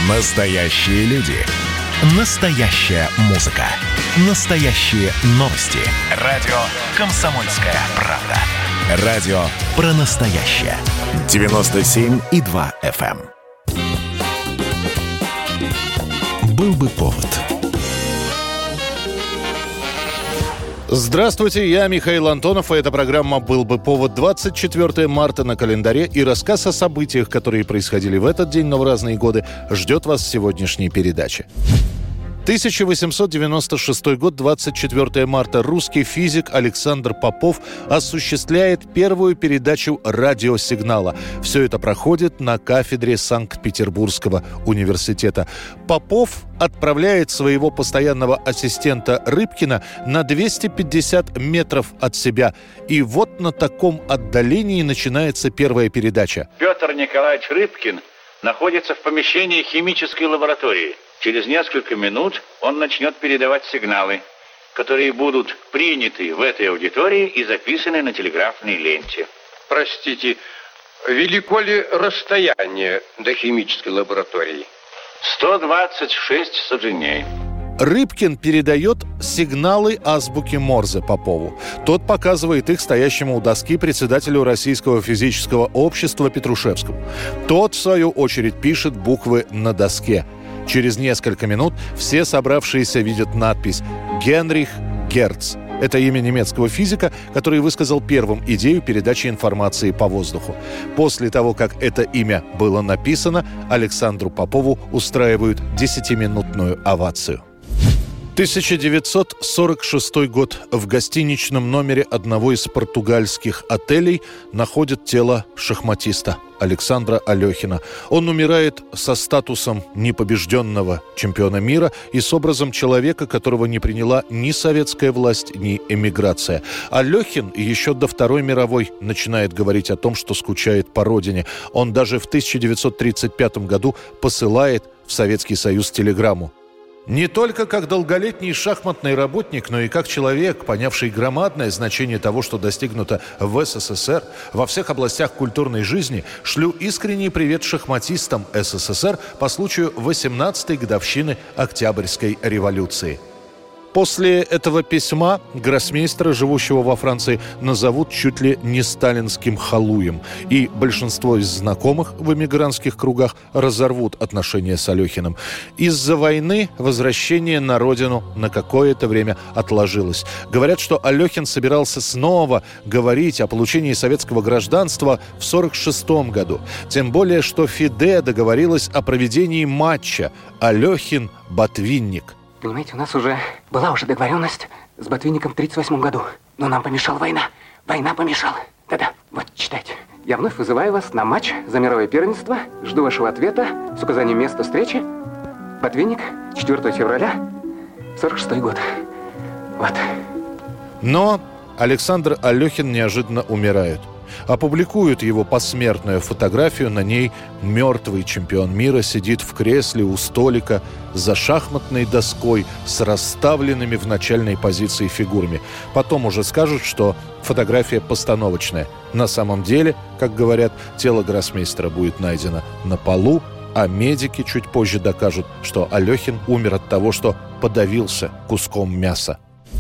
Настоящие люди. Настоящая музыка. Настоящие новости. Радио «Комсомольская правда». Радио про настоящее. 97,2 FM. Был бы повод. Здравствуйте, я Михаил Антонов, и эта программа «Был бы повод». 24 марта на календаре, и рассказ о событиях, которые происходили в этот день, но в разные годы, ждет вас в сегодняшней передаче. 1896 год, 24 марта. Русский физик Александр Попов осуществляет первую передачу радиосигнала. Все это проходит на кафедре Санкт-Петербургского университета. Попов отправляет своего постоянного ассистента Рыбкина на 250 метров от себя. И вот на таком отдалении начинается первая передача. Петр Николаевич Рыбкин находится в помещении химической лаборатории. Через несколько минут он начнет передавать сигналы, которые будут приняты в этой аудитории и записаны на телеграфной ленте. Простите, велико ли расстояние до химической лаборатории? 126 саженей. Рыбкин передает сигналы азбуки Морзе Попову. Тот показывает их стоящему у доски председателю Российского физического общества Петрушевскому. Тот, в свою очередь, пишет буквы на доске. Через несколько минут все собравшиеся видят надпись «Генрих Герц». Это имя немецкого физика, который высказал первым идею передачи информации по воздуху. После того, как это имя было написано, Александру Попову устраивают 10-минутную овацию. 1946 год. В гостиничном номере одного из португальских отелей находят тело шахматиста Александра Алехина. Он умирает со статусом непобежденного чемпиона мира и с образом человека, которого не приняла ни советская власть, ни эмиграция. Алехин еще до Второй мировой начинает говорить о том, что скучает по родине. Он даже в 1935 году посылает в Советский Союз телеграмму. Не только как долголетний шахматный работник, но и как человек, понявший громадное значение того, что достигнуто в СССР, во всех областях культурной жизни, шлю искренний привет шахматистам СССР по случаю 18-й годовщины Октябрьской революции. После этого письма гроссмейстера, живущего во Франции, назовут чуть ли не сталинским халуем. И большинство из знакомых в эмигрантских кругах разорвут отношения с Алехиным. Из-за войны возвращение на родину на какое-то время отложилось. Говорят, что Алехин собирался снова говорить о получении советского гражданства в 1946 году. Тем более, что ФИДЕ договорилась о проведении матча Алехин-Ботвинник. Понимаете, у нас уже была договоренность с Ботвинником в 1938 году. Но нам помешала война. Война помешала. Да-да, вот, читайте. Я вновь вызываю вас на матч за мировое первенство. Жду вашего ответа с указанием места встречи. Ботвинник, 4 февраля, 1946 год. Вот. Но Александр Алехин неожиданно умирает. Опубликуют его посмертную фотографию. На ней мертвый чемпион мира сидит в кресле у столика за шахматной доской с расставленными в начальной позиции фигурами. Потом уже скажут, что фотография постановочная. На самом деле, как говорят, тело гроссмейстера будет найдено на полу, а медики чуть позже докажут, что Алехин умер от того, что подавился куском мяса.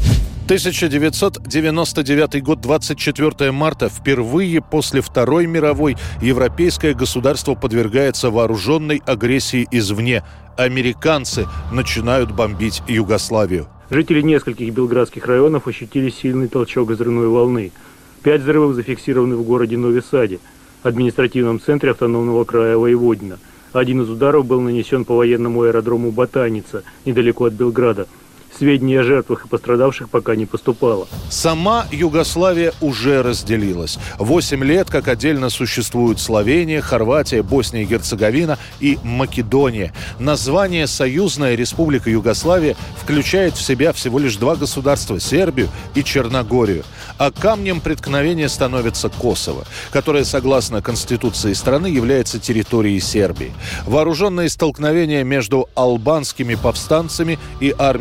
1999 год, 24 марта. Впервые после Второй мировой европейское государство подвергается вооруженной агрессии извне. Американцы начинают бомбить Югославию. Жители нескольких белградских районов ощутили сильный толчок взрывной волны. 5 взрывов зафиксированы в городе Нови-Саде, административном центре автономного края Воеводина. Один из ударов был нанесен по военному аэродрому Ботаница, недалеко от Белграда. Сведений о жертвах и пострадавших пока не поступало. Сама Югославия уже разделилась. 8 лет, как отдельно существуют Словения, Хорватия, Босния и Герцеговина и Македония. Название «Союзная Республика Югославия» включает в себя всего лишь 2 государства – Сербию и Черногорию. А камнем преткновения становится Косово, которое, согласно Конституции страны, является территорией Сербии. Вооруженные столкновения между албанскими повстанцами и армией Югославии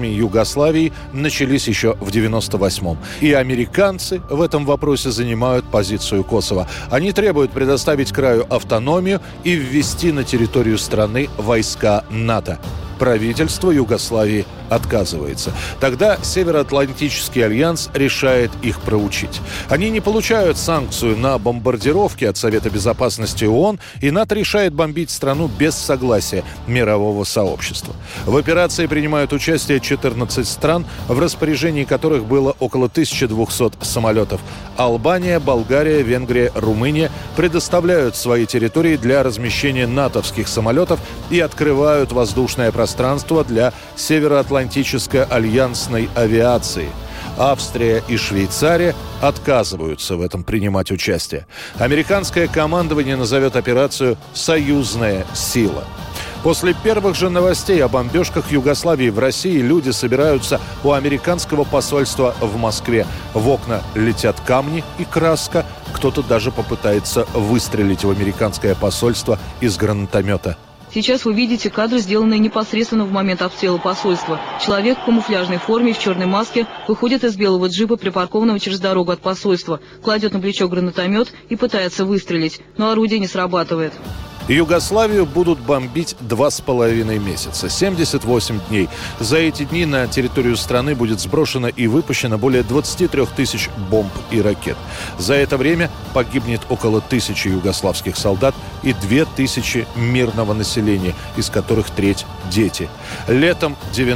Югославии начались еще в 98-м. И американцы в этом вопросе занимают позицию Косово. Они требуют предоставить краю автономию и ввести на территорию страны войска НАТО. Правительство Югославии отказывается. Тогда Североатлантический альянс решает их проучить. Они не получают санкцию на бомбардировки от Совета Безопасности ООН, и НАТО решает бомбить страну без согласия мирового сообщества. В операции принимают участие 14 стран, в распоряжении которых было около 1200 самолетов. Албания, Болгария, Венгрия, Румыния предоставляют свои территории для размещения натовских самолетов и открывают воздушное пространство для Североатлантической альянсной авиации. Австрия и Швейцария отказываются в этом принимать участие. Американское командование назовет операцию «Союзная сила». После первых же новостей о бомбежках Югославии в России люди собираются у американского посольства в Москве. В окна летят камни и краска. Кто-то даже попытается выстрелить в американское посольство из гранатомета. Сейчас вы видите кадры, сделанные непосредственно в момент обстрела посольства. Человек в камуфляжной форме, в черной маске, выходит из белого джипа, припаркованного через дорогу от посольства, кладет на плечо гранатомет и пытается выстрелить, но орудие не срабатывает. Югославию будут бомбить 2,5 месяца, 78 дней. За эти дни на территорию страны будет сброшено и выпущено более 23 тысяч бомб и ракет. За это время погибнет около 1000 югославских солдат и 2000 мирного населения, из которых треть – дети. Летом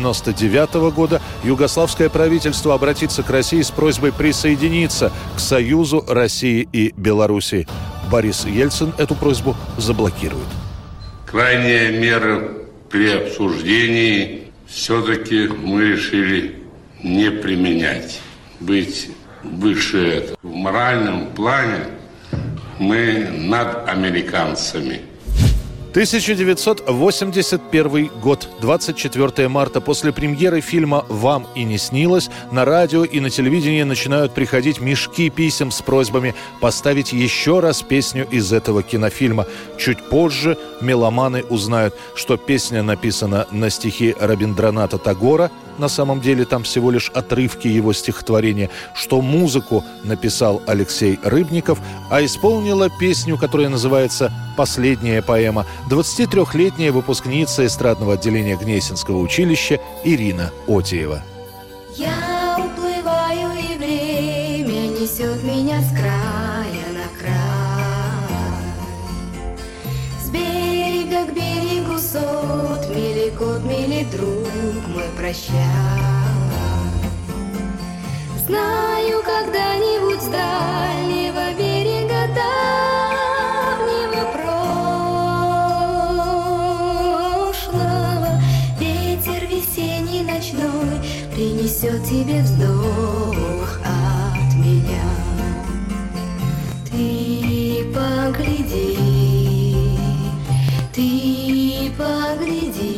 1999 года югославское правительство обратится к России с просьбой присоединиться к Союзу России и Белоруссии. Борис Ельцин эту просьбу заблокирует. Крайняя мера при обсуждении все-таки мы решили не применять. Быть выше этого. В моральном плане мы над американцами. 1981 год, 24 марта. После премьеры фильма «Вам и не снилось» на радио и на телевидении начинают приходить мешки писем с просьбами поставить еще раз песню из этого кинофильма. Чуть позже меломаны узнают, что песня написана на стихи Рабиндраната Тагора, на самом деле там всего лишь отрывки его стихотворения, что музыку написал Алексей Рыбников, а исполнила песню, которая называется «Последняя поэма», 23-летняя выпускница эстрадного отделения Гнесинского училища Ирина Отиева. Я уплываю, и время несет меня с края на край. С берега к берегу сот мили год, мили друг мой, прощай. Знаю, когда-нибудь с дальнего берега давнего прошлого ветер весенний ночной принесет тебе вздох от меня. Ты погляди, ты погляди,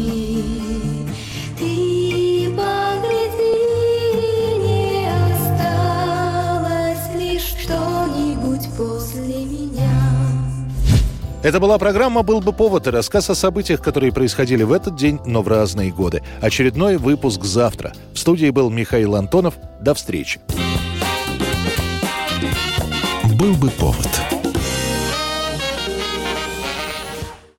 ты погляди, не осталось лишь что-нибудь после меня. Это была программа «Был бы повод» и рассказ о событиях, которые происходили в этот день, но в разные годы. Очередной выпуск завтра. В студии был Михаил Антонов. До встречи. «Был бы повод»